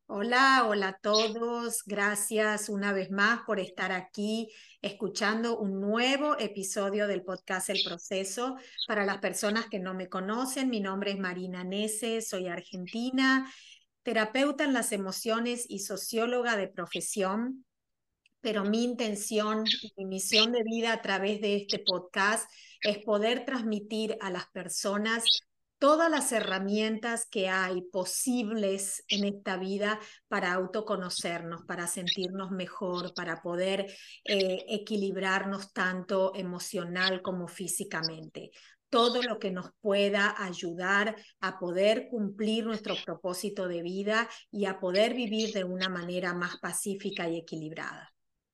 Hola, hola a todos. Gracias una vez más por estar aquí escuchando un nuevo episodio del podcast El Proceso. Para las personas que no me conocen, mi nombre es Marina Nese, soy argentina, terapeuta en las emociones y socióloga de profesión, pero mi intención y mi misión de vida a través de este podcast es poder transmitir a las personas todas las herramientas que hay posibles en esta vida para autoconocernos, para sentirnos mejor, para poder equilibrarnos tanto emocional como físicamente. Todo lo que nos pueda ayudar a poder cumplir nuestro propósito de vida y a poder vivir de una manera más pacífica y equilibrada.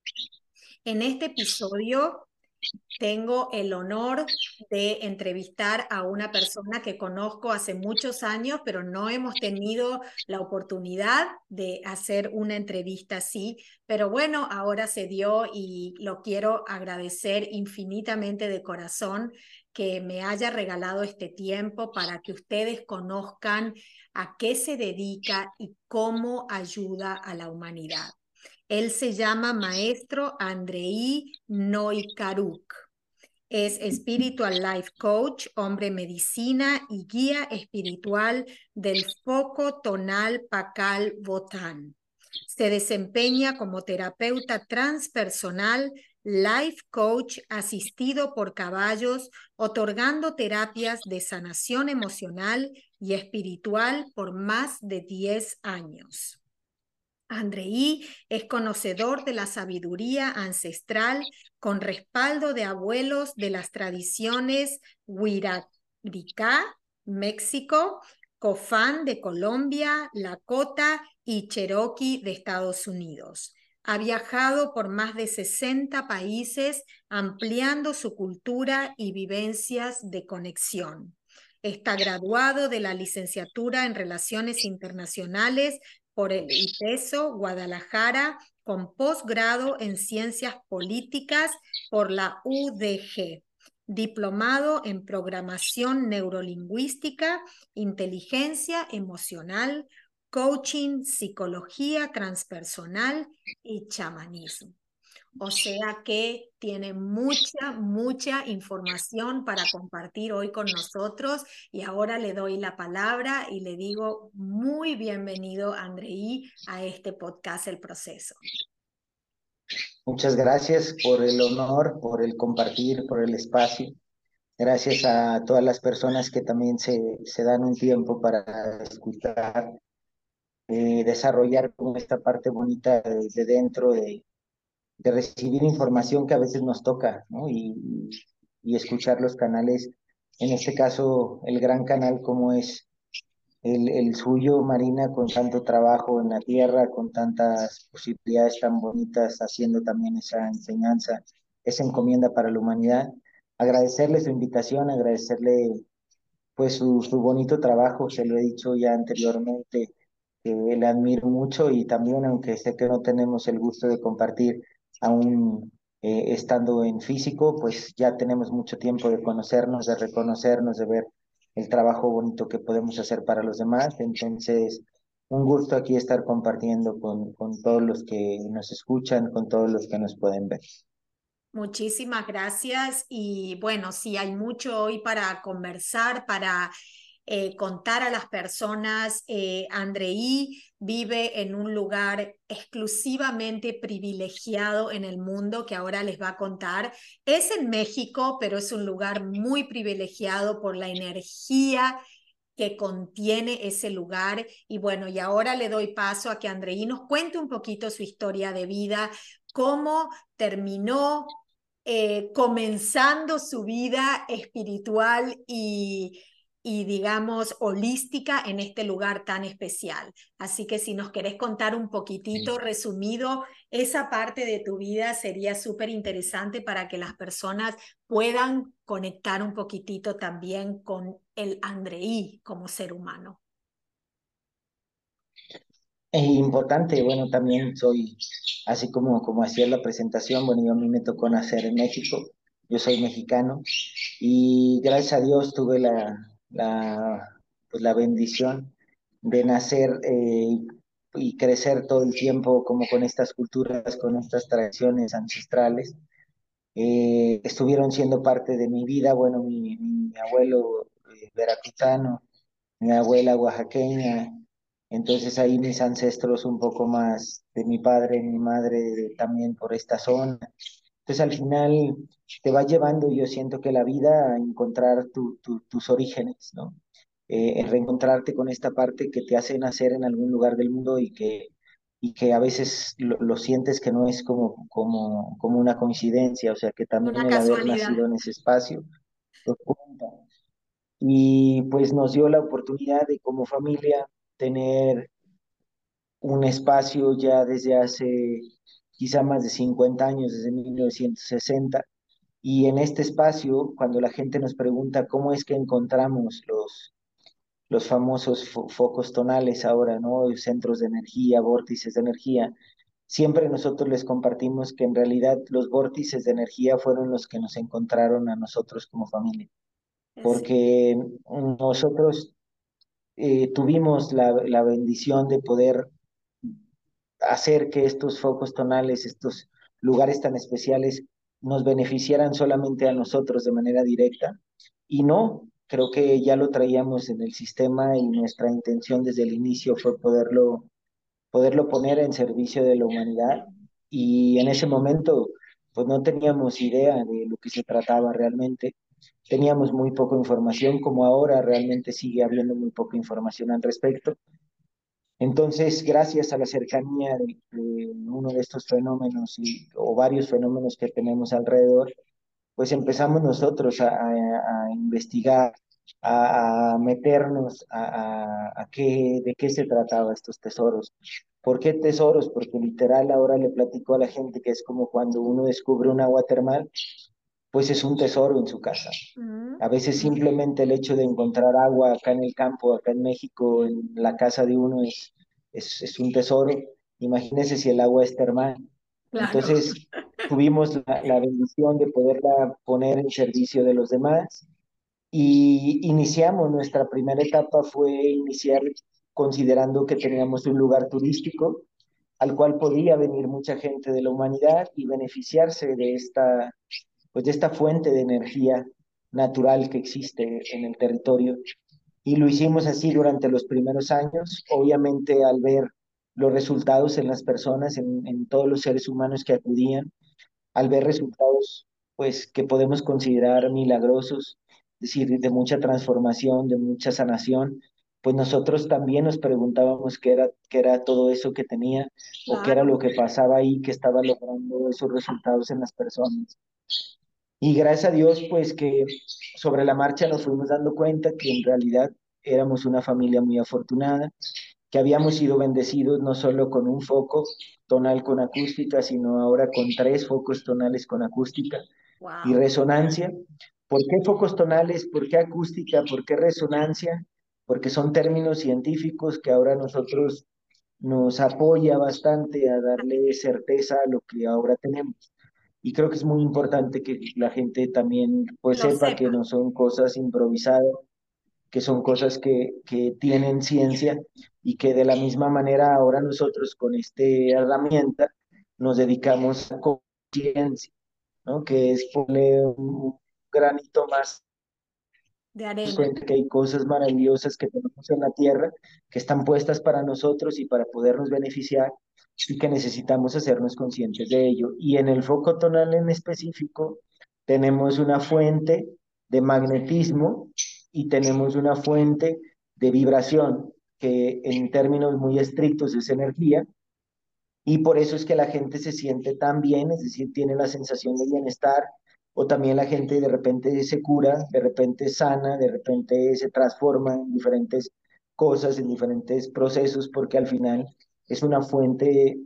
En este episodio tengo el honor de entrevistar a una persona que conozco hace muchos años, pero no hemos tenido la oportunidad de hacer una entrevista así. Pero bueno, ahora se dio y lo quiero agradecer infinitamente de corazón que me haya regalado este tiempo para que ustedes conozcan a qué se dedica y cómo ayuda a la humanidad. Él se llama Maestro Andrei Noikaruk. Es Spiritual Life Coach, hombre medicina y guía espiritual del foco tonal Pakal Votan. Se desempeña como terapeuta transpersonal, life coach asistido por caballos, otorgando terapias de sanación emocional y espiritual por más de 10 años. Andreí es conocedor de la sabiduría ancestral con respaldo de abuelos de las tradiciones Huiraricá, México, Cofán de Colombia, Lakota y Cherokee de Estados Unidos. Ha viajado por más de 60 países, ampliando su cultura y vivencias de conexión. Está graduado de la licenciatura en Relaciones Internacionales por el ITESO Guadalajara, con posgrado en Ciencias Políticas por la UDG, diplomado en Programación Neurolingüística, Inteligencia Emocional, Coaching, Psicología Transpersonal y Chamanismo. O sea que tiene mucha información para compartir hoy con nosotros y ahora le doy la palabra y le digo muy bienvenido, Andreí, a este podcast El Proceso. Muchas gracias por el honor, por el compartir, por el espacio. Gracias a todas las personas que también se dan un tiempo para escuchar, desarrollar como esta parte bonita de dentro, de recibir información que a veces nos toca, ¿no? Y escuchar los canales, en este caso el gran canal como es el suyo, Marina, con tanto trabajo en la tierra, con tantas posibilidades tan bonitas, haciendo también esa enseñanza, esa encomienda para la humanidad. Agradecerle su invitación, agradecerle pues su bonito trabajo, se lo he dicho ya anteriormente, que le admiro mucho y también, aunque sé que no tenemos el gusto de compartir aún estando en físico, pues ya tenemos mucho tiempo de conocernos, de reconocernos, de ver el trabajo bonito que podemos hacer para los demás. Entonces, un gusto aquí estar compartiendo con todos los que nos escuchan, con todos los que nos pueden ver. Muchísimas gracias y bueno, sí, hay mucho hoy para conversar, para contar a las personas. Andreí vive en un lugar exclusivamente privilegiado en el mundo que ahora les va a contar. Es en México, pero es un lugar muy privilegiado por la energía que contiene ese lugar. Y bueno, y ahora le doy paso a que Andreí nos cuente un poquito su historia de vida, cómo terminó comenzando su vida espiritual y, digamos, holística en este lugar tan especial. Así que si nos querés contar un poquitito resumido, esa parte de tu vida sería súper interesante para que las personas puedan conectar un poquitito también con el Andreí como ser humano. Es importante, bueno, también soy, así como hacía la presentación, bueno, yo a mí me tocó nacer en México, yo soy mexicano y gracias a Dios tuve pues la bendición de nacer y crecer todo el tiempo como con estas culturas, con estas tradiciones ancestrales, estuvieron siendo parte de mi vida. Bueno, mi abuelo veracruzano, mi abuela oaxaqueña, entonces ahí mis ancestros un poco más de mi padre, mi madre también por esta zona. Entonces al final te va llevando, yo siento que la vida a encontrar tus orígenes, ¿no? En reencontrarte con esta parte que te hace nacer en algún lugar del mundo y que a veces lo sientes que no es como una coincidencia, o sea que también Una el haber nacido casualidad. en ese espacio lo cuenta. Y pues nos dio la oportunidad de como familia tener un espacio ya desde hace quizá más de 50 años, desde 1960. Y en este espacio, cuando la gente nos pregunta cómo es que encontramos los famosos focos tonales ahora, ¿no? Centros de energía, vórtices de energía, siempre nosotros les compartimos que en realidad los vórtices de energía fueron los que nos encontraron a nosotros como familia, Sí, porque nosotros tuvimos la bendición de poder hacer que estos focos tonales, estos lugares tan especiales, nos beneficiaran solamente a nosotros de manera directa. Y no, creo que ya lo traíamos en el sistema y nuestra intención desde el inicio fue poderlo poner en servicio de la humanidad. Y en ese momento, pues no teníamos idea de lo que se trataba realmente. Teníamos muy poca información, como ahora realmente sigue habiendo muy poca información al respecto. Entonces, gracias a la cercanía de uno de estos fenómenos o varios fenómenos que tenemos alrededor, pues empezamos nosotros a investigar, a meternos de qué se trataba estos tesoros. ¿Por qué tesoros? Porque literal ahora le platico a la gente que es como cuando uno descubre un agua termal, pues es un tesoro en su casa. mm, A veces simplemente el hecho de encontrar agua acá en el campo, acá en México, en la casa de uno es un tesoro. Imagínese si el agua es termal. claro. Entonces, tuvimos la bendición de poderla poner en servicio de los demás y iniciamos, nuestra primera etapa fue iniciar considerando que teníamos un lugar turístico al cual podía venir mucha gente de la humanidad y beneficiarse pues de esta fuente de energía natural que existe en el territorio. Y lo hicimos así durante los primeros años, obviamente al ver los resultados en las personas, en todos los seres humanos que acudían, al ver resultados pues que podemos considerar milagrosos, es decir, de mucha transformación, de mucha sanación, pues nosotros también nos preguntábamos qué era todo eso que tenía o qué era Claro, lo que pasaba ahí que estaba logrando esos resultados en las personas. Y gracias a Dios, pues que sobre la marcha nos fuimos dando cuenta que en realidad éramos una familia muy afortunada, que habíamos sido bendecidos no solo con un foco tonal con acústica, sino ahora con tres focos tonales con acústica y wow. resonancia. ¿Por qué focos tonales? ¿Por qué acústica? ¿Por qué resonancia? Porque son términos científicos que ahora nosotros nos apoya bastante a darle certeza a lo que ahora tenemos. Y creo que es muy importante que la gente también pues Lo sepa que sepa. no son cosas improvisadas, que son cosas que tienen ciencia y que de la misma manera ahora nosotros con esta herramienta nos dedicamos a conciencia, ¿no? Que es ponerle un granito más De arena. cuenta que hay cosas maravillosas que tenemos en la tierra que están puestas para nosotros y para podernos beneficiar y que necesitamos hacernos conscientes de ello. Y en el foco tonal en específico tenemos una fuente de magnetismo y tenemos una fuente de vibración que en términos muy estrictos es energía y por eso es que la gente se siente tan bien, es decir, tiene la sensación de bienestar, o también la gente de repente se cura, de repente sana, de repente se transforma en diferentes cosas, en diferentes procesos, porque al final es una fuente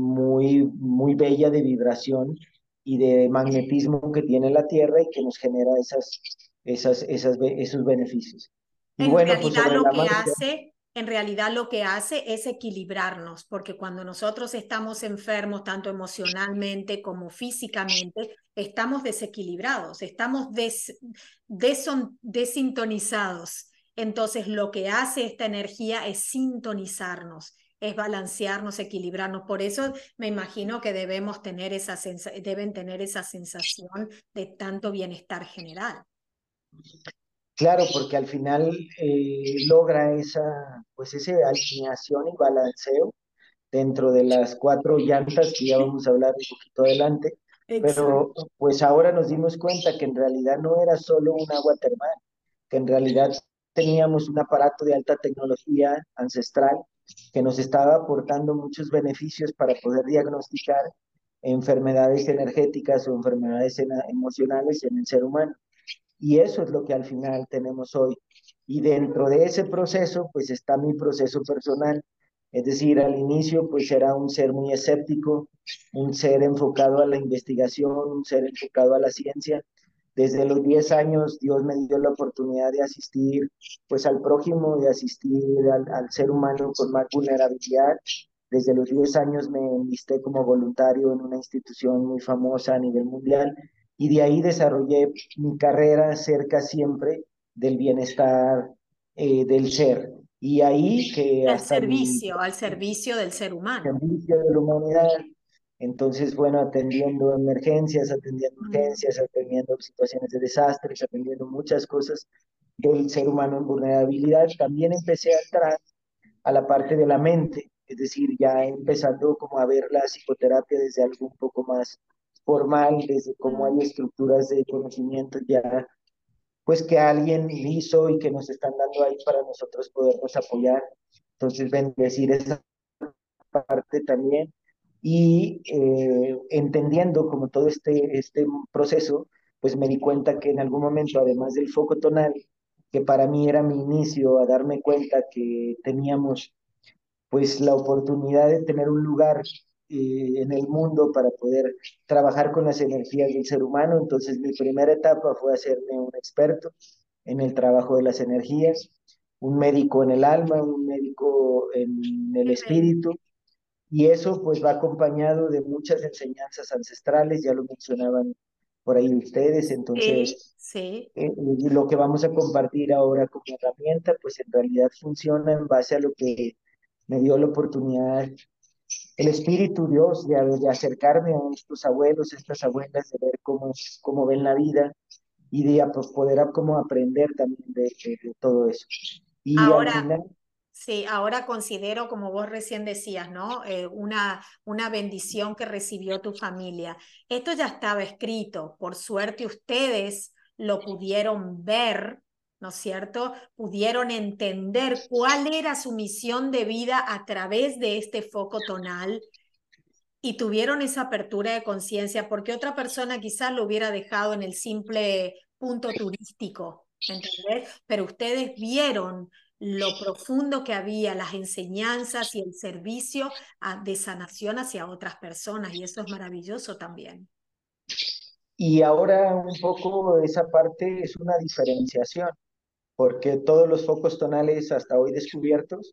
muy bella de vibración y de magnetismo que tiene la Tierra y que nos genera esos beneficios. Y En bueno, pues realidad sobre lo la que marcha, hace, en realidad lo que hace es equilibrarnos, porque cuando nosotros estamos enfermos, tanto emocionalmente como físicamente, estamos desequilibrados, estamos desintonizados. Entonces, lo que hace esta energía es sintonizarnos. es balancearnos, equilibrarnos. Por eso me imagino que deben tener esa sensación de tanto bienestar general. Claro, porque al final logra esa, pues ese alineación y balanceo dentro de las cuatro llantas que ya vamos a hablar un poquito adelante, Exacto. pero pues ahora nos dimos cuenta que en realidad no era solo un agua termal, que en realidad teníamos un aparato de alta tecnología ancestral que nos estaba aportando muchos beneficios para poder diagnosticar enfermedades energéticas o enfermedades emocionales en el ser humano. Y eso es lo que al final tenemos hoy. Y dentro de ese proceso, pues está mi proceso personal. Es decir, al inicio, pues era un ser muy escéptico, un ser enfocado a la investigación, un ser enfocado a la ciencia. Desde los 10 años, Dios me dio la oportunidad de asistir, pues, al prójimo, de asistir al ser humano con más vulnerabilidad. Desde los 10 años me enlisté como voluntario en una institución muy famosa a nivel mundial y de ahí desarrollé mi carrera cerca siempre del bienestar del ser. Y ahí que hasta mi Al servicio del ser humano. servicio de la humanidad, entonces, bueno, atendiendo emergencias, atendiendo Mm. urgencias, atendiendo situaciones de desastres, atendiendo muchas cosas del ser humano en vulnerabilidad, también empecé a entrar a la parte de la mente, es decir, ya empezando como a ver la psicoterapia desde algo un poco más formal, desde cómo hay Mm. estructuras de conocimiento ya, pues que alguien hizo y que nos están dando ahí para nosotros podernos apoyar. Entonces, bendecir esa parte también y entendiendo como todo este proceso, pues me di cuenta que en algún momento, además del foco tonal, que para mí era mi inicio a darme cuenta que teníamos pues la oportunidad de tener un lugar en el mundo para poder trabajar con las energías del ser humano. Entonces mi primera etapa fue hacerme un experto en el trabajo de las energías, un médico en el alma, un médico en el Qué bello. espíritu, y eso pues va acompañado de muchas enseñanzas ancestrales, ya lo mencionaban por ahí ustedes, Sí, entonces sí. lo que vamos a compartir ahora como herramienta pues en realidad funciona en base a lo que me dio la oportunidad el Espíritu Dios de acercarme a estos abuelos, estas abuelas, de ver cómo ven la vida y de pues, poder como aprender también de todo eso. Y al Ahora, final, sí, ahora considero, como vos recién decías, ¿no? Una bendición que recibió tu familia. Esto ya estaba escrito. Por suerte ustedes lo pudieron ver, ¿no es cierto? Pudieron entender cuál era su misión de vida a través de este foco tonal y tuvieron esa apertura de conciencia, porque otra persona quizás lo hubiera dejado en el simple punto turístico, ¿entendés? Pero ustedes vieron lo profundo que había, las enseñanzas y el servicio de sanación hacia otras personas, y eso es maravilloso también. y ahora un poco esa parte es una diferenciación, porque todos los focos tonales hasta hoy descubiertos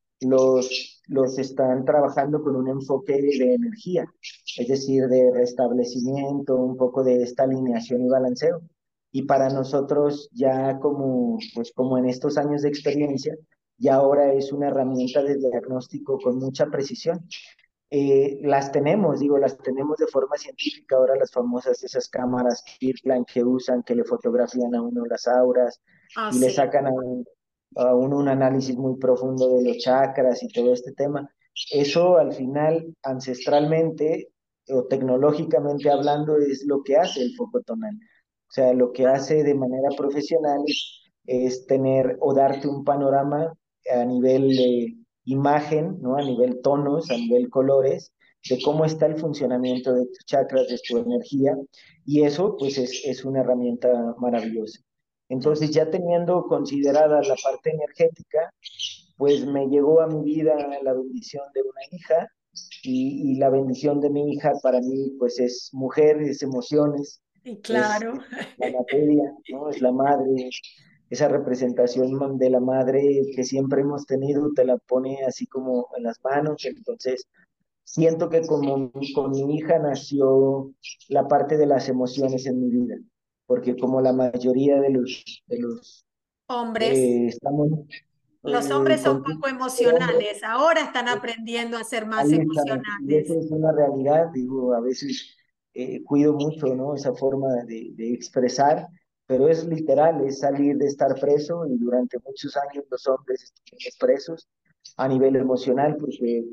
los están trabajando con un enfoque de energía, es decir, de restablecimiento, un poco de esta alineación y balanceo. Y para nosotros ya como, pues como en estos años de experiencia, ya ahora es una herramienta de diagnóstico con mucha precisión. Las tenemos, digo, las tenemos de forma científica ahora las famosas esas cámaras Kirkland que usan, que le fotografían a uno las auras Ah, y le sí. sacan a uno un análisis muy profundo de los chakras y todo este tema. Eso al final, ancestralmente o tecnológicamente hablando, es lo que hace el foco tonal. O sea, lo que hace de manera profesional es tener o darte un panorama a nivel de imagen, ¿no? A nivel tonos, a nivel colores, de cómo está el funcionamiento de tus chakras, de tu energía, y eso pues es una herramienta maravillosa. Entonces, ya teniendo considerada la parte energética, pues me llegó a mi vida la bendición de una hija y la bendición de mi hija para mí pues es mujer, es emociones, Y es claro. la materia, ¿no? Es la madre, esa representación de la madre que siempre hemos tenido, te la pone así como en las manos, entonces siento que como con mi hija nació la parte de las emociones en mi vida, porque como la mayoría de los Hombres, estamos, Los hombres son con poco hombre. emocionales, ahora están aprendiendo a ser más Ahí está, y eso emocionales. es una realidad, digo, a veces cuido mucho, ¿no? Esa forma de expresar, pero es literal, es salir de estar preso y durante muchos años los hombres estuvimos presos a nivel emocional porque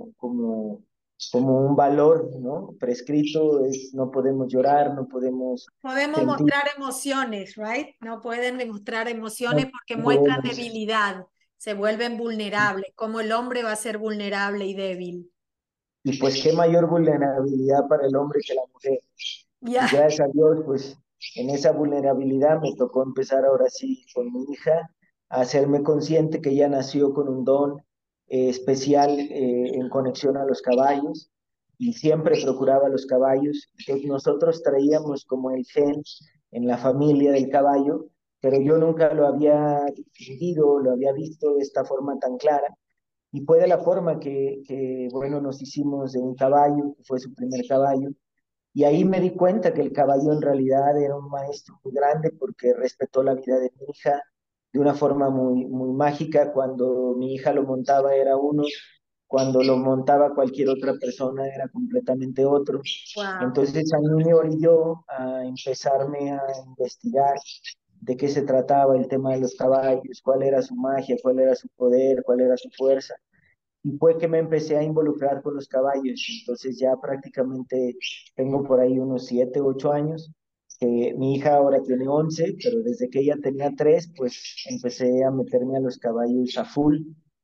como un valor, ¿no? Prescrito es no podemos llorar, no podemos Podemos sentir, mostrar emociones, right? No pueden demostrar emociones no porque muestran podemos. debilidad, se vuelven vulnerables. ¿Cómo el hombre va a ser vulnerable y débil? Y pues qué mayor vulnerabilidad para el hombre que la mujer. Y Ya, gracias a Dios, pues en esa vulnerabilidad me tocó empezar ahora sí con mi hija a hacerme consciente que ella nació con un don especial en conexión a los caballos y siempre procuraba los caballos. Entonces nosotros traíamos como el gen en la familia del caballo, pero yo nunca lo había distinguido, lo había visto de esta forma tan clara. Y fue de la forma bueno, nos hicimos de un caballo, que fue su primer caballo, y ahí me di cuenta que el caballo en realidad era un maestro muy grande porque respetó la vida de mi hija de una forma muy mágica. Cuando mi hija lo montaba era uno, cuando lo montaba cualquier otra persona era completamente otro. wow. Entonces a mí me orilló a empezarme a investigar de qué se trataba el tema de los caballos, cuál era su magia, cuál era su poder, cuál era su fuerza. Y fue que me empecé a involucrar con los caballos. Entonces ya prácticamente tengo por ahí unos 7, 8 años. Mi hija ahora tiene 11, pero desde que ella tenía 3, pues empecé a meterme a los caballos a full.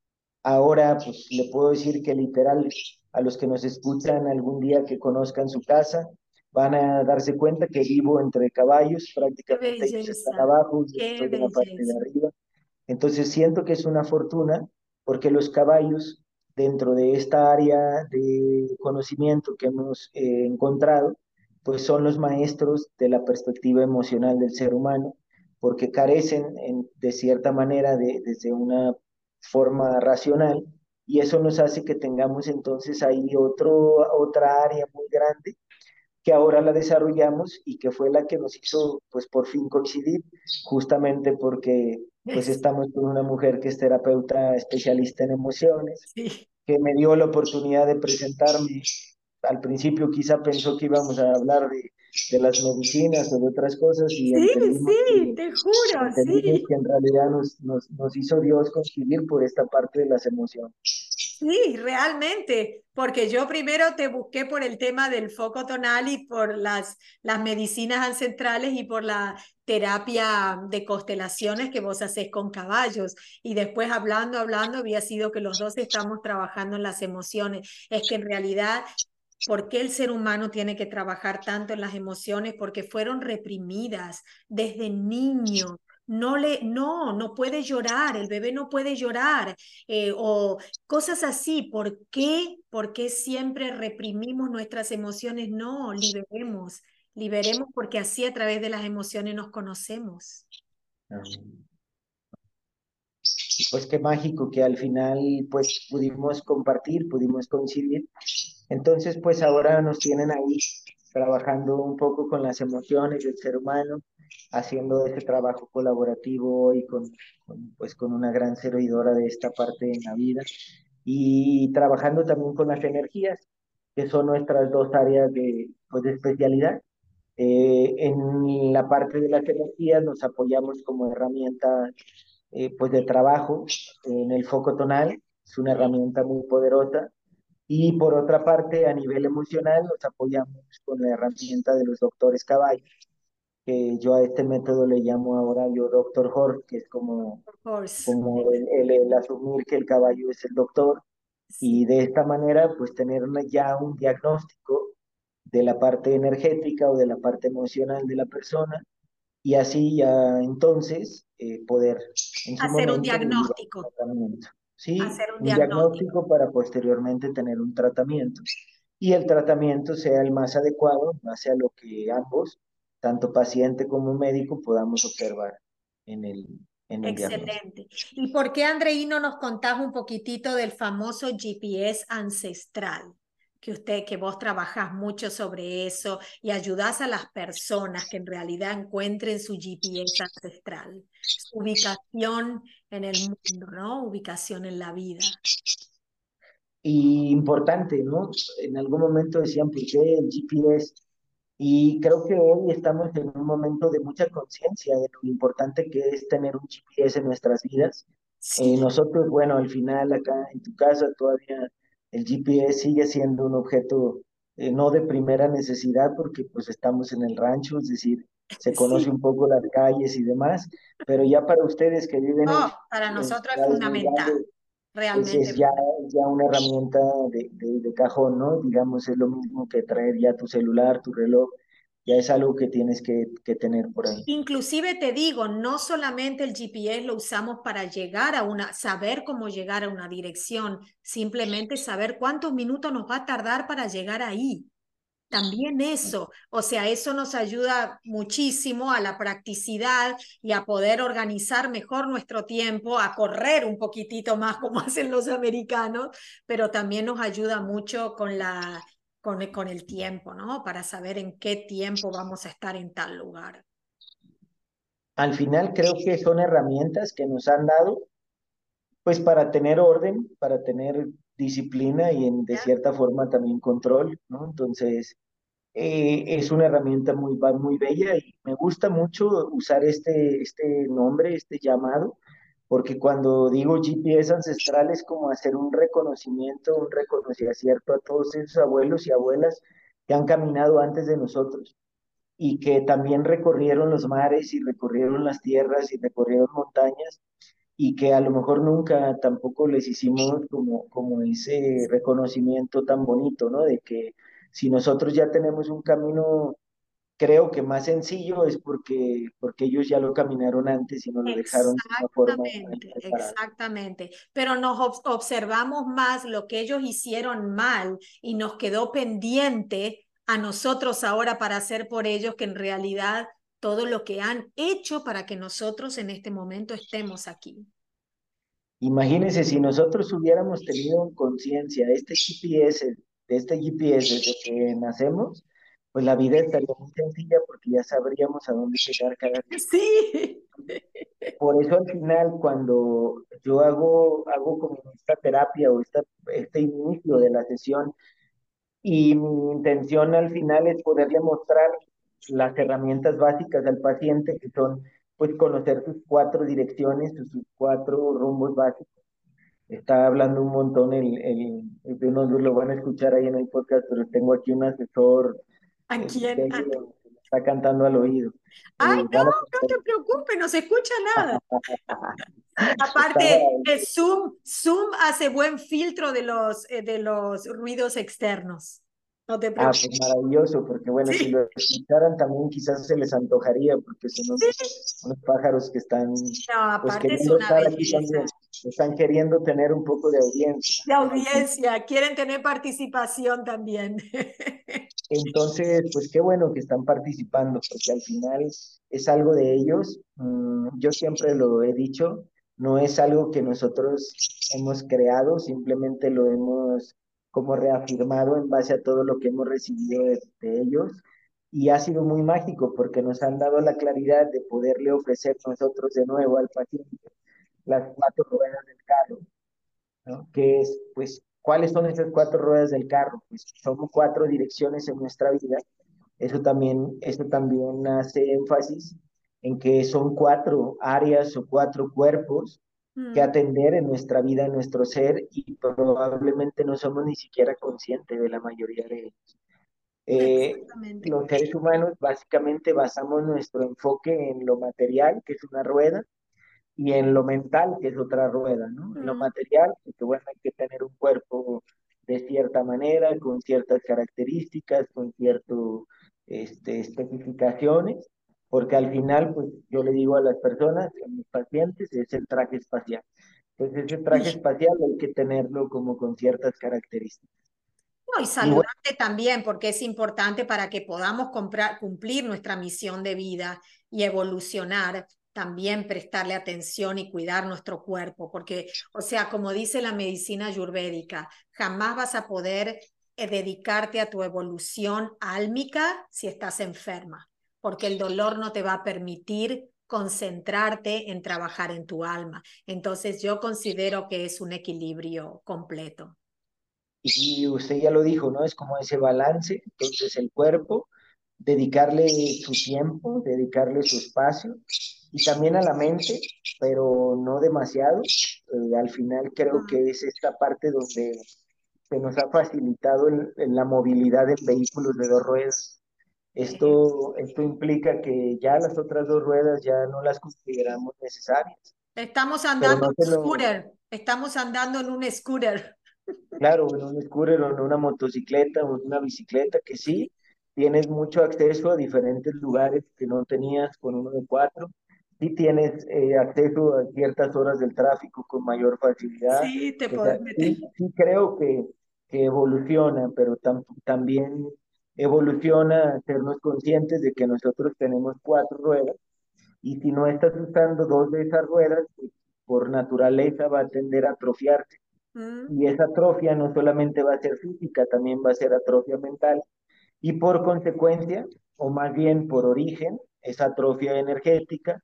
Ahora, pues le puedo decir que literal, a los que nos escuchan algún día que conozcan su casa, van a darse cuenta que vivo entre caballos, Qué prácticamente ellos están belleza, abajo, yo qué estoy en la parte de belleza. arriba. Entonces siento que es una fortuna porque los caballos, dentro de esta área de conocimiento que hemos encontrado, pues son los maestros de la perspectiva emocional del ser humano, porque carecen de cierta manera desde una forma racional, y eso nos hace que tengamos entonces ahí otra área muy grande que ahora la desarrollamos y que fue la que nos hizo pues por fin coincidir, justamente porque pues Es- estamos con una mujer que es terapeuta especialista en emociones, Sí, que me dio la oportunidad de presentarme. Al principio quizá pensó que íbamos a hablar de las medicinas o de otras cosas y sí, sí, te juro, entendimos sí. que en realidad nos hizo Dios coincidir por esta parte de las emociones. Sí, realmente, porque yo primero te busqué por el tema del foco tonal y por las medicinas ancestrales y por la terapia de constelaciones que vos hacés con caballos. Y después hablando, había sido que los dos estamos trabajando en las emociones. Es que en realidad, ¿por qué el ser humano tiene que trabajar tanto en las emociones? Porque fueron reprimidas desde niño. No puede llorar, el bebé no puede llorar, o cosas así. ¿Por qué? ¿Por qué siempre reprimimos nuestras emociones? No, liberemos porque así a través de las emociones nos conocemos. Pues qué mágico que al final pues pudimos compartir, pudimos coincidir. Entonces pues ahora nos tienen ahí trabajando un poco con las emociones del ser humano, haciendo ese trabajo colaborativo y pues con una gran servidora de esta parte en la vida y trabajando también con las energías, que son nuestras dos áreas pues, de especialidad. En la parte de las energías nos apoyamos como herramienta pues de trabajo en el foco tonal, es una Sí. herramienta muy poderosa. Y por otra parte, a nivel emocional, nos apoyamos con la herramienta de los doctores caballos, que yo a este método le llamo ahora yo doctor Jorge, que es Of course. como el asumir que el caballo es el doctor Sí. y de esta manera pues tener ya un diagnóstico de la parte energética o de la parte emocional de la persona y así ya entonces poder en su Hacer un momento derivar diagnóstico, un tratamiento. Sí, hacer un un diagnóstico. diagnóstico para posteriormente tener un tratamiento y el tratamiento sea el más adecuado en base a lo que ambos, tanto paciente como médico, podamos observar en el diagnóstico. Excelente. ¿Y por qué, Andreí, no nos contás un poquitito del famoso GPS ancestral? Que vos trabajás mucho sobre eso y ayudás a las personas que en realidad encuentren su GPS ancestral, su ubicación en el mundo, ¿no? Ubicación en la vida. Y importante, ¿no? En algún momento decían, ¿por qué el GPS? Y creo que hoy estamos en un momento de mucha conciencia de lo importante que es tener un GPS en nuestras vidas. Sí, Nosotros, bueno, al final acá en tu casa todavía el GPS sigue siendo un objeto no de primera necesidad porque pues estamos en el rancho, es decir, se conoce sí. un poco las calles y demás, pero ya para ustedes que viven Oh, para en nosotros es ciudades muy fundamental, grandes, realmente es fundamental. ya una herramienta de cajón, ¿no? Digamos, es lo mismo que traer ya tu celular, tu reloj, ya es algo que tienes que tener por ahí. Inclusive te digo, no solamente el GPS lo usamos para llegar a saber cómo llegar a una dirección, simplemente saber cuántos minutos nos va a tardar para llegar ahí. También eso, o sea, eso nos ayuda muchísimo a la practicidad y a poder organizar mejor nuestro tiempo, a correr un poquitito más como hacen los americanos, pero también nos ayuda mucho con el tiempo, ¿no? Para saber en qué tiempo vamos a estar en tal lugar. Al final creo que son herramientas que nos han dado, pues para tener orden, para tener disciplina y de ¿Ya? cierta forma también control, ¿no? Entonces, es una herramienta muy bella y me gusta mucho usar este nombre, este llamado, porque cuando digo GPS ancestral es como hacer un reconocimiento a todos esos abuelos y abuelas que han caminado antes de nosotros y que también recorrieron los mares y recorrieron las tierras y recorrieron montañas y que a lo mejor nunca tampoco les hicimos como ese reconocimiento tan bonito, ¿no? De que si nosotros ya tenemos un camino, creo que más sencillo es porque ellos ya lo caminaron antes y nos lo dejaron de una forma muy Exactamente, preparada. exactamente. Pero nos observamos más lo que ellos hicieron mal y nos quedó pendiente a nosotros ahora para hacer por ellos que en realidad todo lo que han hecho para que nosotros en este momento estemos aquí. Imagínense si nosotros hubiéramos tenido conciencia de este GPS desde que nacemos, pues la vida estaría muy sencilla porque ya sabríamos a dónde llegar cada día. Sí. Por eso al final, cuando yo hago como esta terapia o este inicio de la sesión, y mi intención al final es poderle mostrar las herramientas básicas al paciente, que son pues conocer sus cuatro direcciones, sus cuatro rumbos básicos. Está hablando un montón, de unos lo van a escuchar ahí en el podcast, pero tengo aquí un asesor ¿A quién? bello que me está cantando al oído. Ay, no, Van a no te preocupes, no se escucha nada. estaba Aparte, el Zoom hace buen filtro de los ruidos externos. No te Ah, preocupes. pues maravilloso, porque bueno, si Sí, lo escucharan también quizás se les antojaría, porque son unos pájaros que están no, pues aparte es queriendo una estar aquí también, belleza están queriendo tener un poco de audiencia. de ¿No? audiencia, quieren tener participación también. Entonces, pues qué bueno que están participando, porque al final es algo de ellos. Yo siempre lo he dicho, no es algo que nosotros hemos creado, simplemente lo hemos como reafirmado en base a todo lo que hemos recibido de ellos. Y ha sido muy mágico porque nos han dado la claridad de poderle ofrecer nosotros de nuevo al paciente las cuatro ruedas del carro, ¿no? Que es, pues, ¿cuáles son esas cuatro ruedas del carro? Pues son cuatro direcciones en nuestra vida. Eso también hace énfasis en que son cuatro áreas o cuatro cuerpos que Mm, atender en nuestra vida, en nuestro ser, y probablemente no somos ni siquiera conscientes de la mayoría de ellos. exactamente. Los seres humanos básicamente basamos nuestro enfoque en lo material, que es una rueda, y en lo mental, que es otra rueda, ¿no? En lo Mm, material, porque bueno, hay que tener un cuerpo de cierta manera, con ciertas características, con ciertas especificaciones, porque al final, pues yo le digo a las personas, a mis pacientes, es el traje espacial. Entonces, ese traje sí. espacial hay que tenerlo como con ciertas características. No, y Y bueno, saludarte también, porque es importante para que podamos cumplir nuestra misión de vida y evolucionar, también prestarle atención y cuidar nuestro cuerpo, porque, o sea, como dice la medicina ayurvédica, jamás vas a poder dedicarte a tu evolución álmica si estás enferma, porque el dolor no te va a permitir concentrarte en trabajar en tu alma. Entonces yo considero que es un equilibrio completo. Y usted ya lo dijo, ¿no? Es como ese balance, entonces el cuerpo, dedicarle su tiempo, dedicarle su espacio y también a la mente, pero no demasiado. Al final creo Mm, que es esta parte donde se nos ha facilitado en la movilidad de vehículos de dos ruedas. sí. Esto implica que ya las otras dos ruedas ya no las consideramos necesarias, Estamos pero andando no en se un lo, scooter, estamos andando en un scooter. claro, en un scooter o en una motocicleta o en una bicicleta, que sí, tienes mucho acceso a diferentes lugares que no tenías con uno de cuatro. Sí tienes acceso a ciertas horas del tráfico con mayor facilidad. Sí, te O sea, podés meter. sí creo que evoluciona, pero también evoluciona a sernos conscientes de que nosotros tenemos cuatro ruedas y si no estás usando dos de esas ruedas, pues, por naturaleza va a tender a atrofiarse. Mm, Y esa atrofia no solamente va a ser física, también va a ser atrofia mental. Y por consecuencia, o más bien por origen, es atrofia energética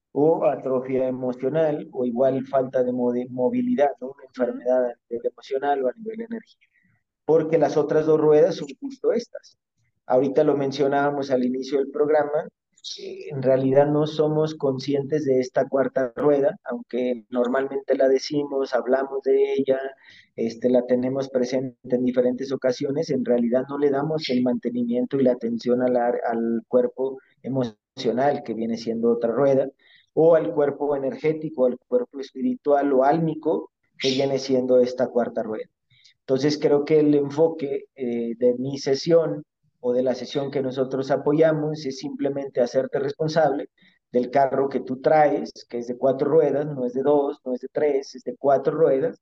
o atrofia emocional, o igual falta de movilidad, ¿no? Una mm. enfermedad a nivel emocional o a nivel energético. Porque las otras dos ruedas son justo estas. Ahorita lo mencionábamos al inicio del programa, en realidad no somos conscientes de esta cuarta rueda, aunque normalmente la decimos, hablamos de ella, la tenemos presente en diferentes ocasiones, en realidad no le damos el mantenimiento y la atención al cuerpo emocional, que viene siendo otra rueda, o al cuerpo energético, al cuerpo espiritual o álmico, que viene siendo esta cuarta rueda. Entonces creo que el enfoque de mi sesión o de la sesión que nosotros apoyamos es simplemente hacerte responsable del carro que tú traes, que es de cuatro ruedas, no es de dos, no es de tres, es de cuatro ruedas,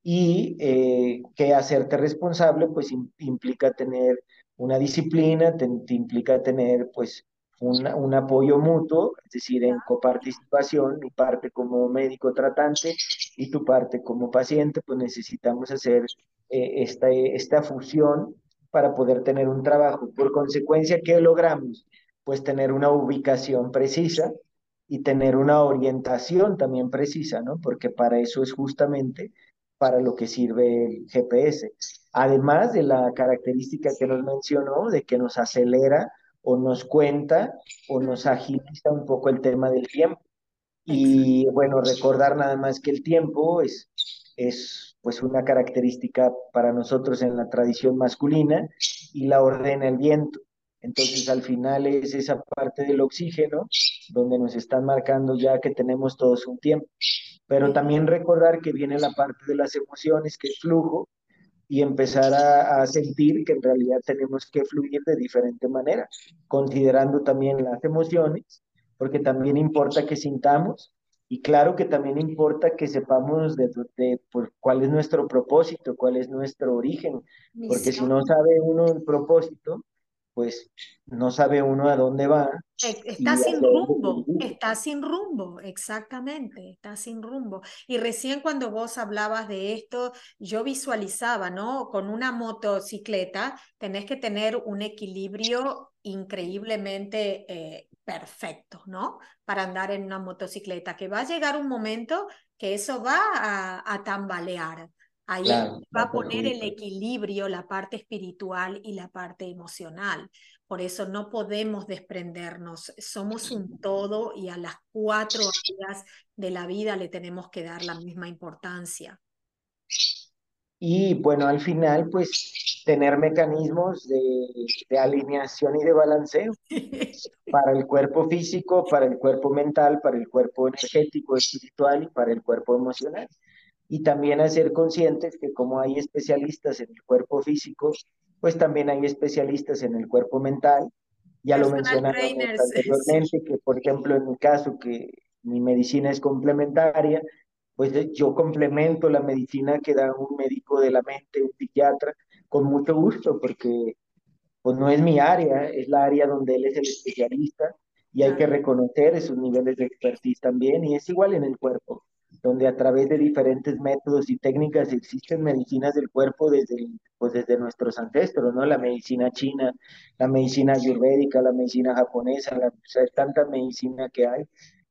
y que hacerte responsable pues implica tener una disciplina, te implica tener pues un apoyo mutuo, es decir, en coparticipación, mi parte como médico tratante y tu parte como paciente, pues necesitamos hacer esta fusión para poder tener un trabajo. Por consecuencia, ¿qué logramos? Pues tener una ubicación precisa y tener una orientación también precisa, ¿no? Porque para eso es justamente para lo que sirve el GPS. Además de la característica que nos mencionó, de que nos acelera o nos cuenta o nos Mm, agiliza un poco el tema del tiempo. exacto. Y bueno, recordar nada más que el tiempo es pues una característica para nosotros en la tradición masculina y la ordena el viento. Entonces al final es esa parte del oxígeno donde nos están marcando ya que tenemos todos un tiempo. Pero Sí, también recordar que viene la parte de las emociones, que es flujo, y empezar a sentir que en realidad tenemos que fluir de diferente manera, considerando también las emociones, porque también importa que sintamos y claro que también importa que sepamos pues, cuál es nuestro propósito, cuál es nuestro origen, porque si no misión. sabe uno el propósito, pues no sabe uno a dónde va Está y sin hacia dónde se rumbo, dirige. está sin rumbo, exactamente, está sin rumbo. Y recién cuando vos hablabas de esto, yo visualizaba, ¿no? Con una motocicleta tenés que tener un equilibrio increíblemente perfecto, ¿no? Para andar en una motocicleta, que va a llegar un momento que eso va a tambalear. Ahí Claro, va va a a poner el perjudicar. equilibrio, la parte espiritual y la parte emocional. Por eso no podemos desprendernos, somos un todo y a las cuatro áreas de la vida le tenemos que dar la misma importancia. Y bueno, al final, pues tener mecanismos de alineación y de balanceo para el cuerpo físico, para el cuerpo mental, para el cuerpo energético, espiritual y para el cuerpo emocional. Y también a ser conscientes que como hay especialistas en el cuerpo físico, pues también hay especialistas en el cuerpo mental. Ya lo Personal mencionábamos trainers, sí, anteriormente, que por ejemplo en mi caso, que mi medicina es complementaria, pues yo complemento la medicina que da un médico de la mente, un psiquiatra, con mucho gusto, porque pues no es mi área, es la área donde él es el especialista y hay que claro. reconocer esos niveles de expertise también y es igual en el cuerpo, donde a través de diferentes métodos y técnicas existen medicinas del cuerpo pues desde nuestros ancestros, ¿no? La medicina china, la medicina ayurvédica, la medicina japonesa, o sea, es tanta medicina que hay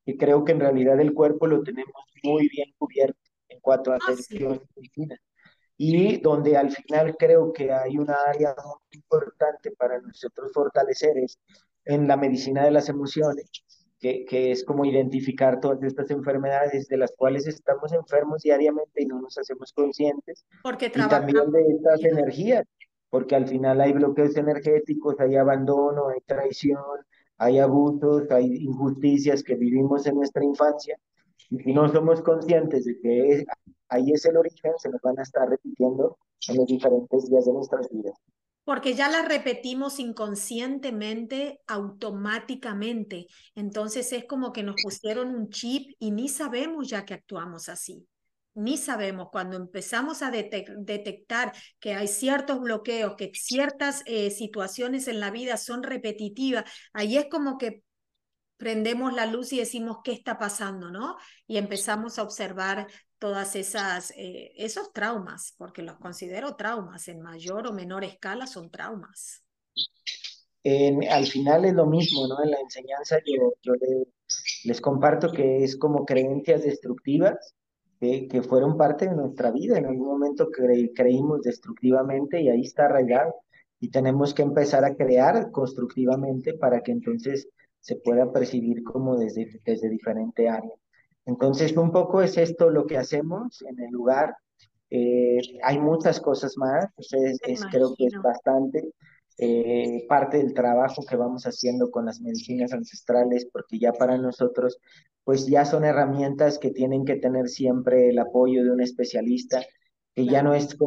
que creo que en realidad el cuerpo lo tenemos muy bien cubierto en cuanto a Ah, sí. atención medicina. Y donde al final creo que hay una área muy importante para nosotros fortalecer es en la medicina de las emociones, que es como identificar todas estas enfermedades de las cuales estamos enfermos diariamente y no nos hacemos conscientes, Porque y también de trabajamos. estas Ya. energías, porque al final hay bloqueos energéticos, hay abandono, hay traición, hay abusos, hay injusticias que vivimos en nuestra infancia, y si no somos conscientes de que ahí es el origen, se nos van a estar repitiendo en los diferentes días de nuestras vidas. Porque ya las repetimos inconscientemente, automáticamente. Entonces es como que nos pusieron un chip y ni sabemos ya que actuamos así. Ni sabemos. Cuando empezamos a detectar que hay ciertos bloqueos, que ciertas situaciones en la vida son repetitivas, ahí es como que prendemos la luz y decimos qué está pasando, ¿no? Y empezamos a observar todas esos traumas, porque los considero traumas, en mayor o menor escala son traumas. Al final es lo mismo, ¿no? En la enseñanza les comparto que es como creencias destructivas que fueron parte de nuestra vida. En algún momento creímos destructivamente y ahí está arraigado. Y tenemos que empezar a crear constructivamente para que entonces se pueda percibir como desde diferente área. Entonces, un poco es esto lo que hacemos en el lugar. Hay muchas cosas más, entonces Me creo que es imagino. bastante parte del trabajo que vamos haciendo con las medicinas ancestrales, porque ya para nosotros, pues ya son herramientas que tienen que tener siempre el apoyo de un especialista, que ya no Claro, es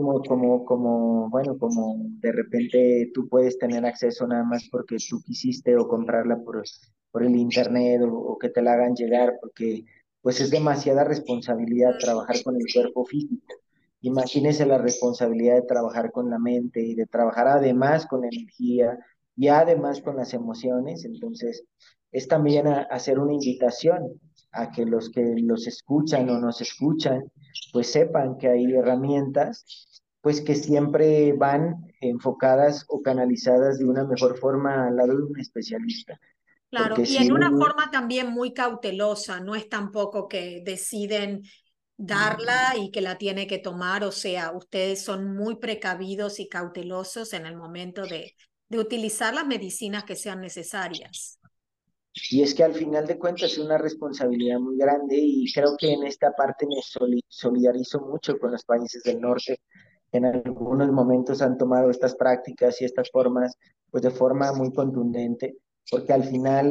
bueno, como de repente tú puedes tener acceso nada más porque tú quisiste o comprarla por el internet o que te la hagan llegar, porque pues es demasiada responsabilidad trabajar con el sí. cuerpo físico. Imagínese la responsabilidad de trabajar con la mente y de trabajar además con la energía y además con las emociones. Entonces, es también hacer una invitación a que los escuchan o nos escuchan, pues sepan que hay herramientas, pues que siempre van enfocadas o canalizadas de una mejor forma al lado de un especialista. Claro, Porque y si en una un, forma también muy cautelosa, no es tampoco que deciden darla y que la tiene que tomar, o sea, ustedes son muy precavidos y cautelosos en el momento de utilizar las medicinas que sean necesarias. Y es que al final de cuentas es una responsabilidad muy grande y creo que en esta parte me solidarizo mucho con los países del norte, que en algunos momentos han tomado estas prácticas y estas formas pues de forma muy contundente, porque al final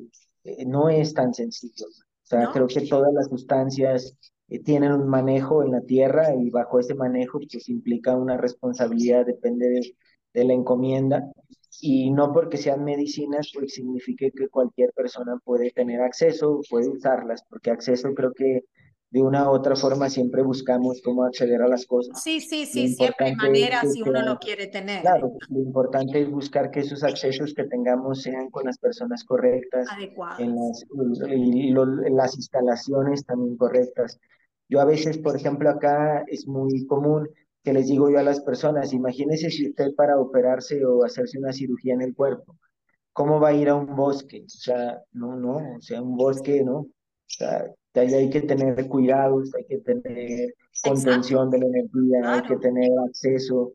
no es tan sencillo. O sea, creo ¿No? que todas las sustancias tienen un manejo en la tierra y bajo ese manejo pues implica una responsabilidad, depende de la encomienda y no porque sean medicinas, pues signifique que cualquier persona puede tener acceso, puede usarlas, porque acceso creo que de una u otra forma siempre buscamos cómo acceder a las cosas. Sí, sí, Lo sí, siempre hay importante es maneras que si uno lo sean, quiere tener, claro, lo importante es buscar que esos accesos que tengamos sean con las personas correctas, adecuadas. en las instalaciones también correctas. Yo a veces, por ejemplo, acá es muy común que les digo yo a las personas, imagínese si usted para operarse o hacerse una cirugía en el cuerpo, ¿cómo va a ir a un bosque? O sea, no, o sea, un bosque, ¿no? O sea, ahí hay que tener cuidados, hay que tener Exacto, contención de la energía, hay que claro. tener acceso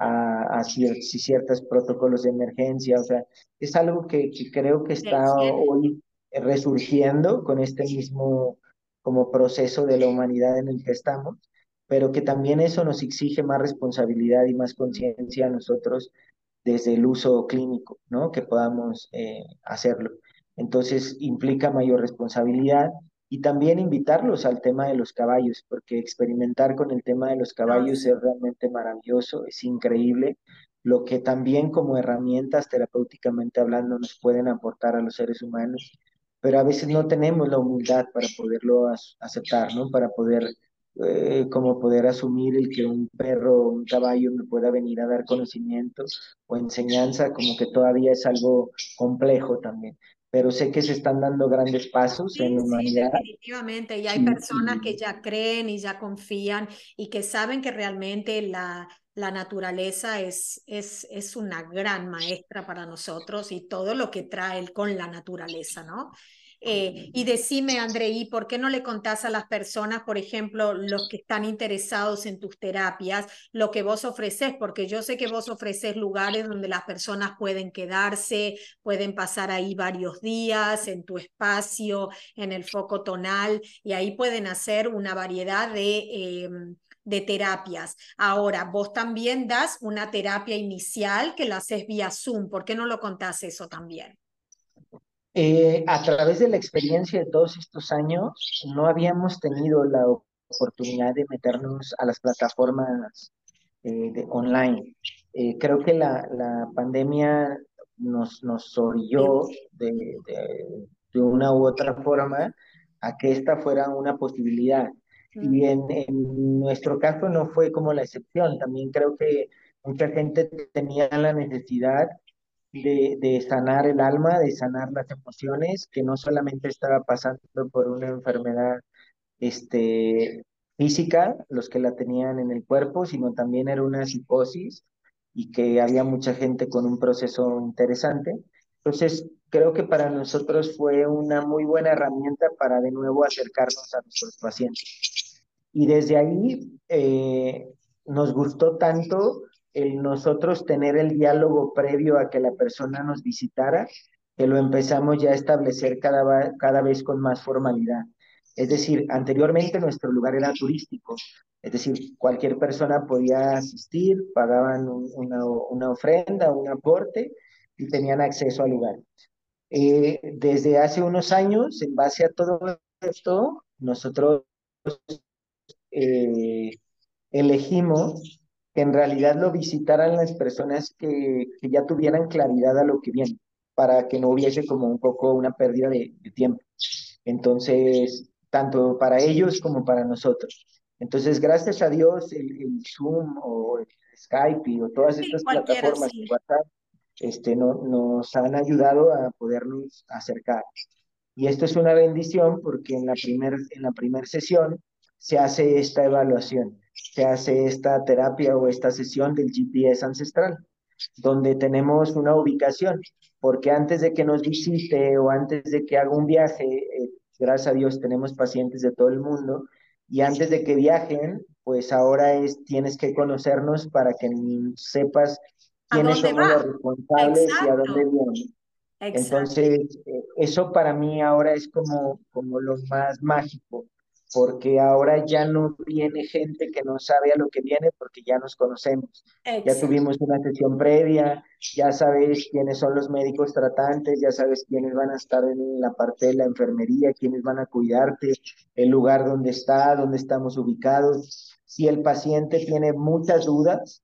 a ciertos protocolos de emergencia, o sea, es algo que creo que De está higiene. hoy resurgiendo con este mismo como proceso de la humanidad en el que estamos, pero que también eso nos exige más responsabilidad y más conciencia a nosotros desde el uso clínico, ¿no? Que podamos hacerlo. Entonces implica mayor responsabilidad y también invitarlos al tema de los caballos, porque experimentar con el tema de los No, caballos es realmente maravilloso, es increíble, lo que también como herramientas terapéuticamente hablando nos pueden aportar a los seres humanos, pero a veces no tenemos la humildad para poderlo aceptar, ¿no? Para poder como poder asumir el que un perro o un caballo me pueda venir a dar conocimiento o enseñanza, como que todavía es algo complejo también. Pero sé que se están dando grandes pasos en sí, la sí, humanidad definitivamente. Y hay y, personas y que ya creen y ya confían y que saben que realmente la naturaleza es una gran maestra para nosotros y todo lo que trae con la naturaleza, ¿no? Y decime, Andreí, ¿por qué no le contás a las personas, por ejemplo, los que están interesados en tus terapias, lo que vos ofreces? Porque yo sé que vos ofreces lugares donde las personas pueden quedarse, pueden pasar ahí varios días en tu espacio, en el foco tonal, y ahí pueden hacer una variedad de terapias. Ahora, vos también das una terapia inicial que la haces vía Zoom. ¿Por qué no lo contás eso también? A través de la experiencia de todos estos años, no habíamos tenido la oportunidad de meternos a las plataformas online. Creo que la pandemia nos orilló de una u otra forma a que esta fuera una posibilidad. Mm. Y en nuestro caso no fue como la excepción. También creo que mucha gente tenía la necesidad de sanar el alma, de sanar las emociones, que no solamente estaba pasando por una enfermedad este, física, los que la tenían en el cuerpo, sino también era una psicosis y que había mucha gente con un proceso interesante. Entonces, creo que para nosotros fue una muy buena herramienta para de nuevo acercarnos a nuestros pacientes. Y desde ahí nos gustó tanto el nosotros tener el diálogo previo a que la persona nos visitara, que lo empezamos ya a establecer cada vez con más formalidad. Es decir, anteriormente nuestro lugar era turístico, es decir, cualquier persona podía asistir, pagaban una ofrenda, un aporte y tenían acceso al lugar. Desde hace unos años, en base a todo esto, nosotros eh, elegimos que en realidad lo visitaran las personas que ya tuvieran claridad a lo que viene, para que no hubiese como un poco una pérdida de tiempo. Entonces, tanto para ellos como para nosotros. Entonces, gracias a Dios, el Zoom o el Skype o todas Sí, estas cualquiera, plataformas de sí. WhatsApp nos han ayudado a podernos acercar. Y esto es una bendición porque en la primer sesión se hace esta evaluación, se hace esta terapia o esta sesión del GPS ancestral, donde tenemos una ubicación, porque antes de que nos visite o antes de que haga un viaje, gracias a Dios tenemos pacientes de todo el mundo, y antes de que viajen, pues ahora tienes que conocernos para que sepas ¿A quiénes dónde somos los va? responsables y a dónde Exacto, vienen. exacto, Entonces, eso para mí ahora es como lo más mágico, porque ahora ya no viene gente que no sabe a lo que viene porque ya nos conocemos. Ya exacto, tuvimos una sesión previa, ya sabes quiénes son los médicos tratantes, ya sabes quiénes van a estar en la parte de la enfermería, quiénes van a cuidarte, el lugar donde está, dónde estamos ubicados. Si el paciente tiene muchas dudas,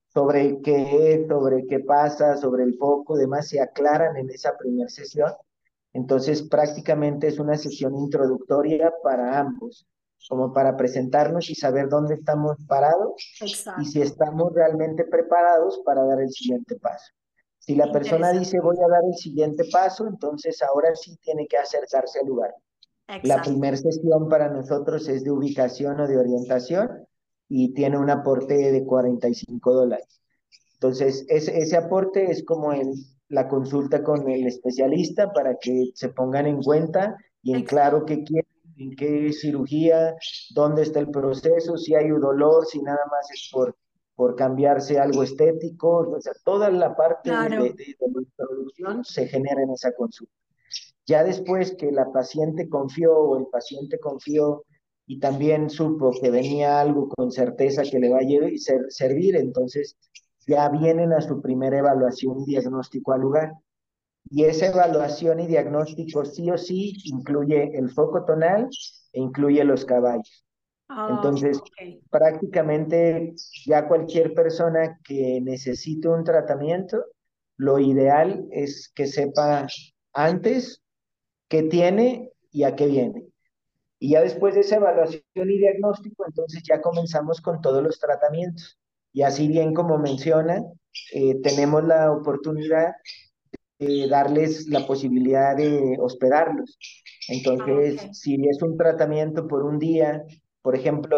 sobre qué pasa, sobre el foco, demás, se aclaran en esa primera sesión. Entonces, prácticamente es una sesión introductoria para ambos, como para presentarnos y saber dónde estamos parados y si exacto. estamos realmente preparados para dar el siguiente paso. Si la persona dice voy a Interesantísimo. dar el siguiente paso, entonces ahora sí tiene que acercarse al lugar. La Exacto, primera sesión para nosotros es de ubicación o de orientación y tiene un aporte de $45. Entonces, ese aporte es como la consulta con el especialista para que se pongan en cuenta y en exacto. claro qué quieren, en qué cirugía, dónde está el proceso, si hay un dolor, si nada más es por cambiarse algo estético, o sea, toda la parte Claro, de la introducción se genera en esa consulta. Ya después que la paciente confió o el paciente confió y también supo que venía algo con certeza que le va a servir, entonces ya vienen a su primera evaluación diagnóstico al lugar. Y esa evaluación y diagnóstico sí o sí incluye el foco tonal e incluye los caballos. ah, Entonces, ok. prácticamente ya cualquier persona que necesite un tratamiento, lo ideal es que sepa antes qué tiene y a qué viene. Y ya después de esa evaluación y diagnóstico, entonces ya comenzamos con todos los tratamientos. Y así bien como menciona, tenemos la oportunidad de darles la posibilidad de hospedarlos. Ah, Entonces, ok. si es un tratamiento por un día, por ejemplo,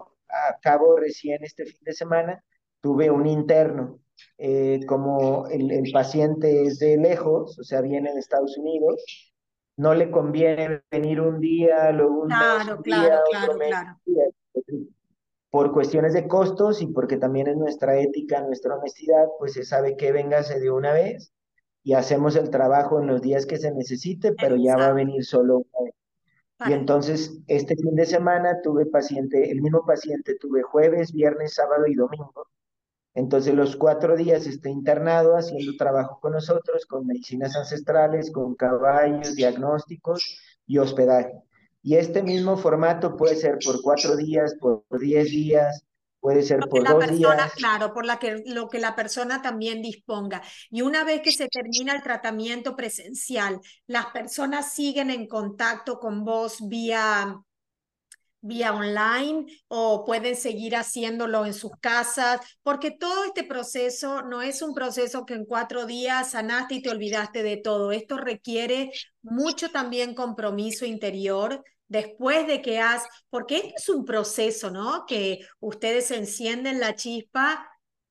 acabo recién este fin de semana, tuve un interno. Como el paciente es de lejos, o sea, viene de Estados Unidos, no le conviene venir un día, luego un mes, Claro, un día, claro, otro claro, mes, claro. un día. Por cuestiones de costos y porque también es nuestra ética, nuestra honestidad, pues se sabe que véngase de una vez y hacemos el trabajo en los días que se necesite, pero ya va a Exacto. venir solo una vez. Y Para, entonces, este fin de semana tuve paciente, el mismo paciente tuve jueves, viernes, sábado y domingo. Entonces, los 4 días está internado haciendo trabajo con nosotros, con medicinas ancestrales, con caballos, diagnósticos y hospedaje. Y este mismo formato puede ser por 4 días, por 10 días, puede ser lo que por la dos persona, días. claro, por lo que la persona también disponga. Y una vez que se termina el tratamiento presencial, las personas siguen en contacto con vos vía online o pueden seguir haciéndolo en sus casas, porque todo este proceso no es un proceso que en 4 días sanaste y te olvidaste de todo. Esto requiere mucho también compromiso interior. Después de que porque esto es un proceso, ¿no? Que ustedes encienden la chispa,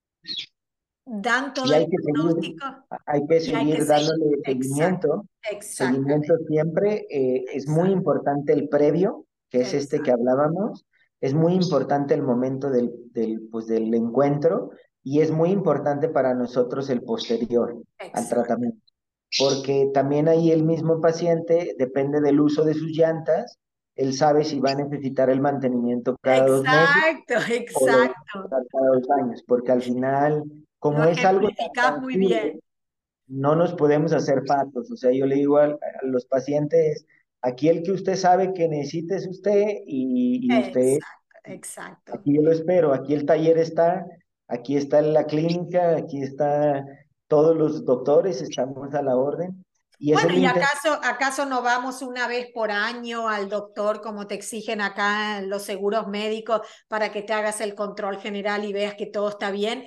dan todo Y el diagnóstico hay que y hay que seguir seguir. dándole Exacto, seguimiento exactamente, siempre. Es muy exacto, importante el previo, que es este que exacto, hablábamos. Es muy importante el momento pues, del encuentro y es muy importante para nosotros el posterior al exacto. tratamiento, porque también ahí el mismo paciente, depende del uso de sus llantas, él sabe si va a necesitar el mantenimiento cada 2 meses Exacto, o lo va a exacto. necesitar cada 2 años, porque al final, Lo como es algo tan ejemplificás muy bien. tangible, no nos podemos hacer patos. O sea, yo le digo a los pacientes, aquí el que usted sabe que necesita es usted y usted, Exacto, exacto. aquí yo lo espero, aquí el taller está, aquí está la clínica, aquí está todos los doctores, estamos a la orden. Y esa Bueno, es la ¿y intención. acaso no vamos una vez por año al doctor como te exigen acá en los seguros médicos para que te hagas el control general y veas que todo está bien?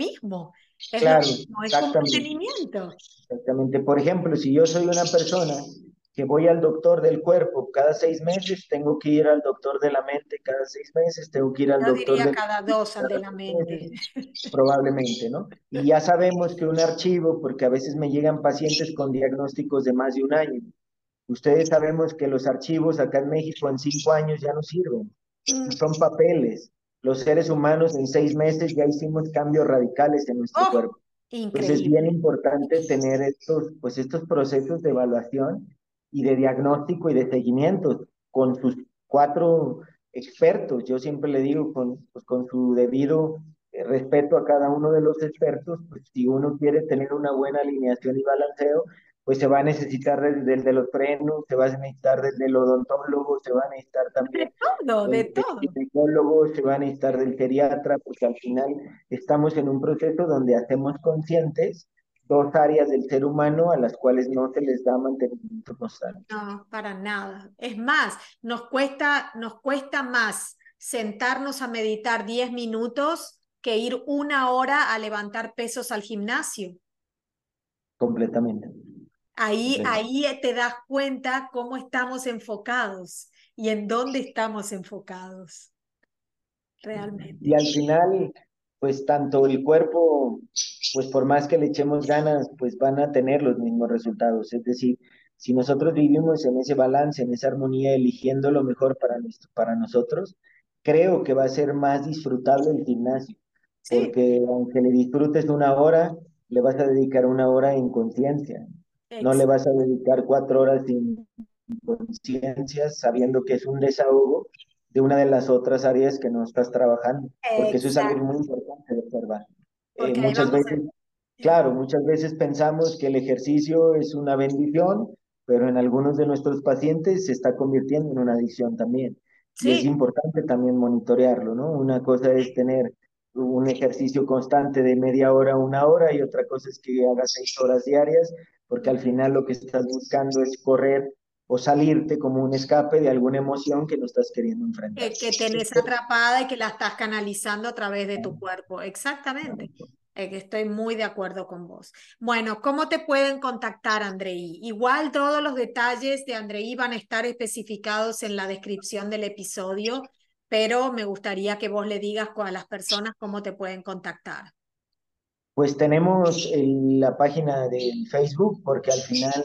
Es lo Claro, mismo, es como exactamente. mantenimiento. Exactamente. Por ejemplo, si yo soy una persona que voy al doctor del cuerpo cada 6 meses, tengo que ir al doctor de la mente cada 6 meses, tengo que ir al Yo doctor diría del cada dos al de cada la mente. 6 meses, probablemente, ¿no? Y ya sabemos que un archivo, porque a veces me llegan pacientes con diagnósticos de más de un año. Ustedes sabemos que los archivos acá en México en 5 años ya no sirven, Mm. son papeles. Los seres humanos en 6 meses ya hicimos cambios radicales en nuestro Oh, cuerpo. Entonces es bien increíble. importante tener estos procesos de evaluación y de diagnóstico y de seguimiento con sus 4 expertos. Yo siempre le digo, pues, con su debido respeto a cada uno de los expertos, pues si uno quiere tener una buena alineación y balanceo, pues se va a necesitar desde los frenos, se va a necesitar desde el odontólogo, se va a necesitar también De del todo. ginecólogo, se va a necesitar del geriatra, porque al final estamos en un proceso donde hacemos conscientes 2 áreas del ser humano a las cuales no se les da mantenimiento constante. No, para nada. Es más, nos cuesta más sentarnos a meditar 10 minutos que ir 1 hora a levantar pesos al gimnasio. Completamente. Completamente. Ahí te das cuenta cómo estamos enfocados y en dónde estamos enfocados Y realmente. al final, pues tanto el cuerpo, pues por más que le echemos ganas, pues van a tener los mismos resultados. Es decir, si nosotros vivimos en ese balance, en esa armonía, eligiendo lo mejor para nosotros, creo que va a ser más disfrutable el gimnasio, Sí, porque aunque le disfrutes una hora, le vas a dedicar una hora en conciencia. No le ex- vas a dedicar 4 horas sin conciencia, sabiendo que es un desahogo de una de las otras áreas que no estás trabajando, porque eso es algo muy exacto, importante de observar. porque ahí Muchas vamos veces, a... claro, muchas veces pensamos que el ejercicio es una bendición, pero en algunos de nuestros pacientes se está convirtiendo en una adicción también. Y es Sí, importante también monitorearlo, ¿no? Una cosa es tener un ejercicio constante de media hora a una hora y otra cosa es que hagas 6 horas diarias, porque al final lo que estás buscando es correr o salirte como un escape de alguna emoción que no estás queriendo enfrentar. que tenés atrapada y que la estás canalizando a través de tu cuerpo. Exactamente. Que estoy muy de acuerdo con vos. Bueno, ¿cómo te pueden contactar, Andreí? Igual todos los detalles de Andreí van a estar especificados en la descripción del episodio, pero me gustaría que vos le digas a las personas cómo te pueden contactar. Pues tenemos la página del Facebook, porque al final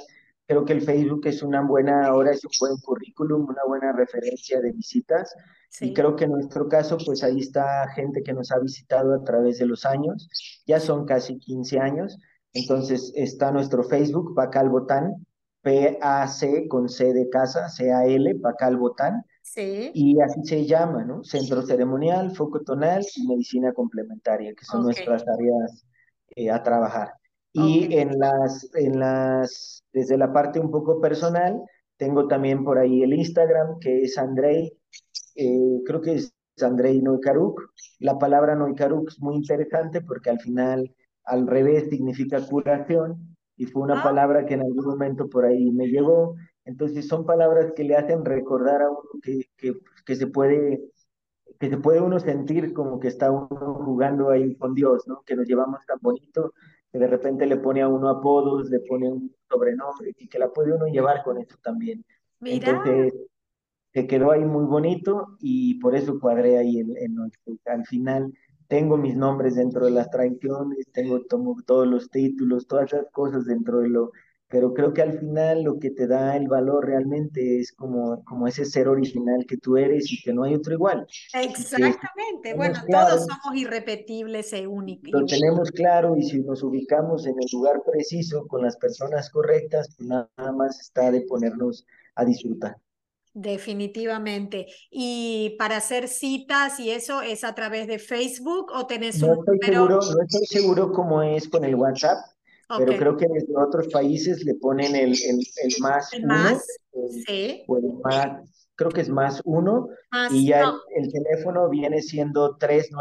Creo que el Facebook es una buena, ahora es un buen currículum, una buena referencia de visitas. Y Sí, creo que en nuestro caso, pues ahí está gente que nos ha visitado a través de los años. Ya son casi 15 años. Entonces está nuestro Facebook, Pacal Botán, P-A-C con C de casa, C-A-L, Pacal Botán. sí, Y así se llama, ¿no? Centro ceremonial, foco tonal y medicina complementaria, que son ok, nuestras áreas a trabajar. ok. Y desde la parte un poco personal, tengo también por ahí el Instagram, que es Andrei, creo que es Andrei Noikaruk. La palabra Noikaruk es muy interesante porque al final, al revés, significa curación y fue una Ah, palabra que en algún momento por ahí me llegó. Entonces son palabras que le hacen recordar a uno que que se puede uno sentir como que está uno jugando ahí con Dios, ¿no? Que nos llevamos tan bonito, que de repente le pone a uno apodos, le pone un sobrenombre y que la puede uno llevar con eso también. mira. Entonces, que quedó ahí muy bonito y por eso cuadré ahí al final. Tengo mis nombres dentro de las tradiciones, tomo todos los títulos, todas esas cosas dentro de pero creo que al final lo que te da el valor realmente es como ese ser original que tú eres y que no hay otro igual. Y que si Exactamente. Bueno, tenemos todos claro, somos irrepetibles e únicos. lo tenemos claro y si nos ubicamos en el lugar preciso con las personas correctas, pues nada más está de ponernos a disfrutar. Definitivamente. ¿Y para hacer citas y eso es a través de Facebook o tenés un No número? estoy seguro cómo es con el WhatsApp, Ok. pero creo que desde otros países le ponen el más ¿Y uno, más? Sí. o el más, creo que es más uno, Más, y ya no. el teléfono viene siendo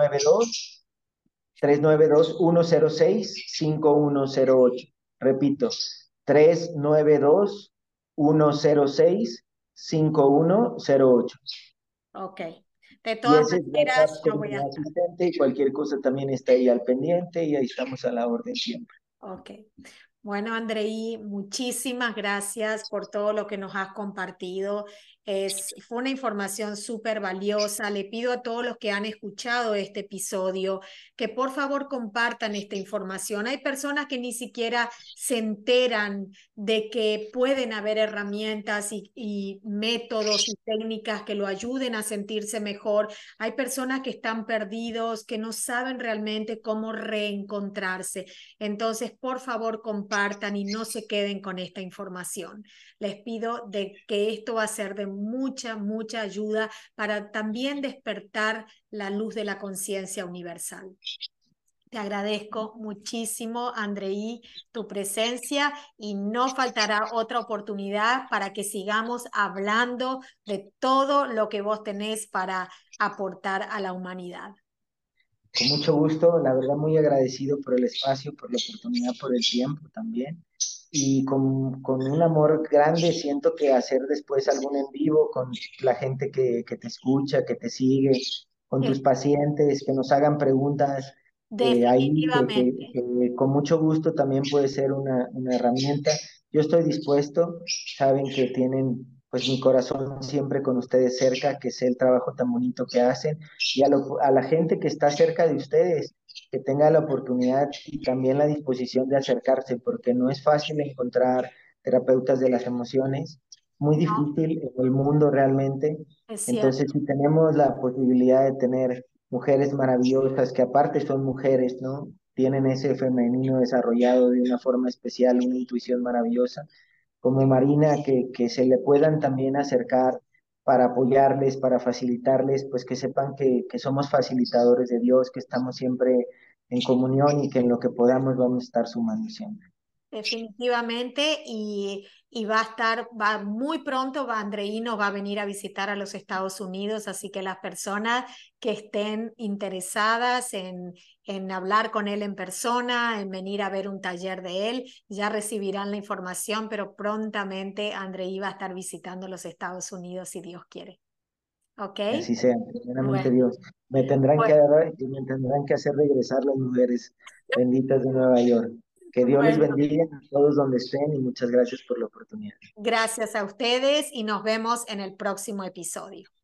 392-106-5108. Repito, 392-106-5108. Ok. De Y todas ese es maneras, WhatsApp yo con voy mi a estar. asistente y cualquier cosa también está ahí al pendiente y ahí estamos a la orden siempre. Ok. Bueno, Andreí, muchísimas gracias por todo lo que nos has compartido. Fue una información súper valiosa. Le pido a todos los que han escuchado este episodio que por favor compartan esta información. Hay personas que ni siquiera se enteran de que pueden haber herramientas y métodos y técnicas que lo ayuden a sentirse mejor. Hay personas que están perdidos, que no saben realmente cómo reencontrarse. Entonces, por favor, compartan y no se queden con esta información. Les pido de que esto va a ser de mucha, mucha ayuda para también despertar la luz de la conciencia universal. Te agradezco muchísimo, Andreí, tu presencia y no faltará otra oportunidad para que sigamos hablando de todo lo que vos tenés para aportar a la humanidad. Con mucho gusto, la verdad muy agradecido por el espacio, por la oportunidad, por el tiempo también. Y con un amor grande siento que hacer después algún en vivo con la gente que te escucha, que te sigue, con tus pacientes, que nos hagan preguntas ahí, Definitivamente. que con mucho gusto también puede ser una herramienta. Yo estoy dispuesto, saben que tienen pues mi corazón siempre con ustedes cerca, que sé el trabajo tan bonito que hacen y a la gente que está cerca de ustedes, que tenga la oportunidad y también la disposición de acercarse, porque no es fácil encontrar terapeutas de las emociones, muy No, difícil en el mundo realmente. es Entonces, cierto. si tenemos la posibilidad de tener mujeres maravillosas, que aparte son mujeres, ¿no? Tienen ese femenino desarrollado de una forma especial, una intuición maravillosa, como Marina, que se le puedan también acercar para apoyarles, para facilitarles, pues que sepan que somos facilitadores de Dios, que estamos siempre en comunión y que en lo que podamos vamos a estar sumando siempre. Definitivamente, y va a estar, va muy pronto, Andreí nos va a venir a visitar a los Estados Unidos, así que las personas que estén interesadas en hablar con él en persona, en venir a ver un taller de él, ya recibirán la información, pero prontamente Andreí va a estar visitando los Estados Unidos si Dios quiere. ¿Ok? Así sea, primeramente Bueno, Dios. bueno, Me tendrán que hacer regresar las mujeres benditas de Nueva York. Que Dios les bueno, bendiga a todos donde estén y muchas gracias por la oportunidad. gracias a ustedes y nos vemos en el próximo episodio.